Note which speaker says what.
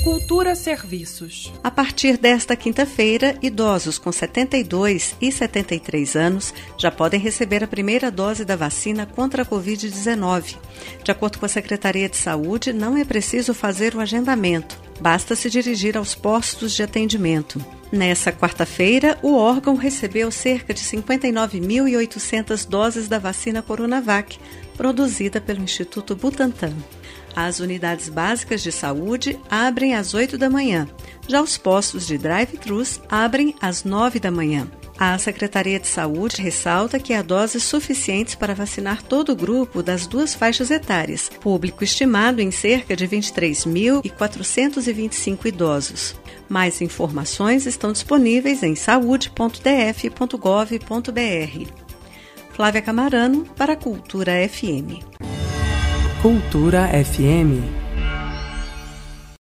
Speaker 1: Cultura Serviços.
Speaker 2: A partir desta quinta-feira, idosos com 72 e 73 anos já podem receber a primeira dose da vacina contra a Covid-19. De acordo com a Secretaria de Saúde, não é preciso fazer o agendamento, basta se dirigir aos postos de atendimento. Nessa quarta-feira, o órgão recebeu cerca de 59.800 doses da vacina Coronavac, produzida pelo Instituto Butantan. As unidades básicas de saúde abrem às 8 da manhã. Já os postos de drive-thrus abrem às 9 da manhã. A Secretaria de Saúde ressalta que há doses suficientes para vacinar todo o grupo das duas faixas etárias, público estimado em cerca de 23.425 idosos. Mais informações estão disponíveis em saude.df.gov.br. Flávia Camarano, para a Cultura FM.
Speaker 3: Cultura FM.